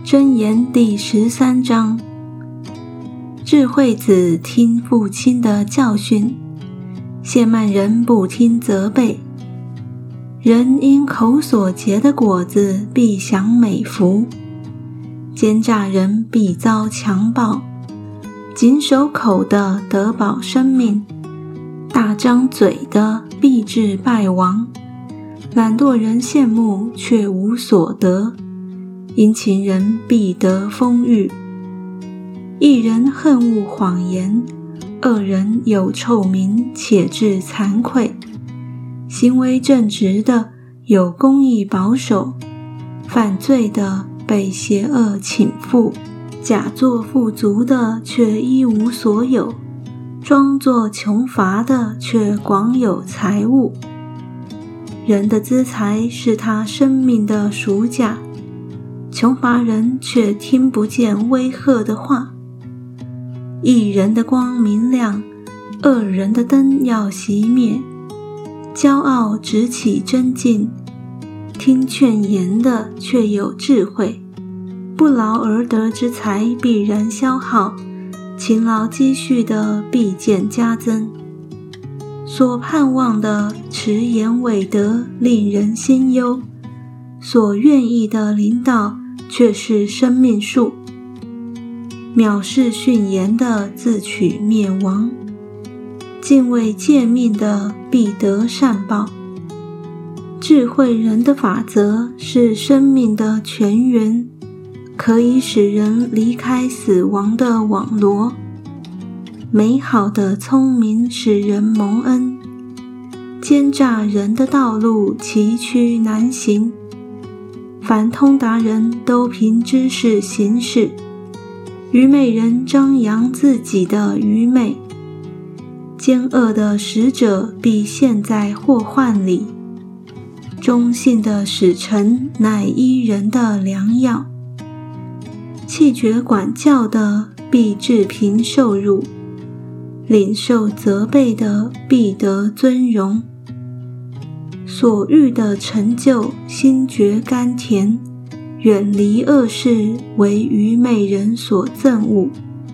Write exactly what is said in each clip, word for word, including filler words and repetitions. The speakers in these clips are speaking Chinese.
箴言第十三章，智慧子听父亲的教训，亵慢人不听责备。人因口所结的果子必享美福，奸诈人必遭强暴。谨守口的得保生命，大张嘴的必致败亡。懒惰人羡慕却无所得，殷勤人必得丰裕。一人恨恶谎言，恶人有臭名且致惭愧。行为正直的有公义保守，犯罪的被邪恶倾覆。假作富足的却一无所有，装作穷乏的却广有财物。人的资财是他生命的赎价，穷乏人却听不见威吓的话。义人的光明亮，恶人的灯要熄灭。骄傲直起争竞，听劝言的却有智慧。不劳而得之财必然消耗，勤劳积蓄的必见加增。所盼望的迟延未得，令人心忧；所愿意的领导，却是生命树。藐视训言的自取灭亡，敬畏诫命的必得善报。智慧人的法则是生命的泉源，可以使人离开死亡的网罗。美好的聪明使人蒙恩，奸诈人的道路崎岖难行。凡通达人都凭知识行事，愚昧人张扬自己的愚昧。奸恶的使者必陷在祸患里，忠信的使臣乃医人的良药。弃绝管教的必致贫受辱，领受责备的必得尊荣。所欲的成就心觉甘甜，远离恶事为愚昧人所憎恶。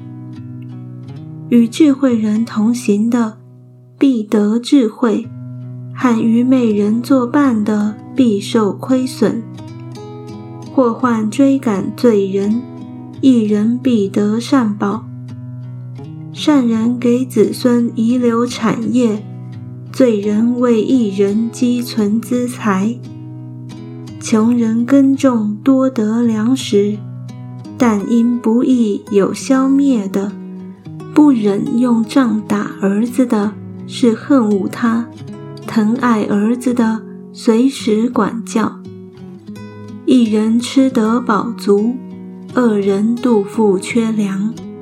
与智慧人同行的必得智慧，和愚昧人作伴的必受亏损。祸患追赶罪人，义人必得善报。善人给子孙遗留产业，罪人为义人积存资财。穷人耕种多得粮食，但因不义有消灭的。不忍用杖打儿子的，是恨恶他；疼爱儿子的，随时管教。一人吃得饱足，恶人肚腹缺粮。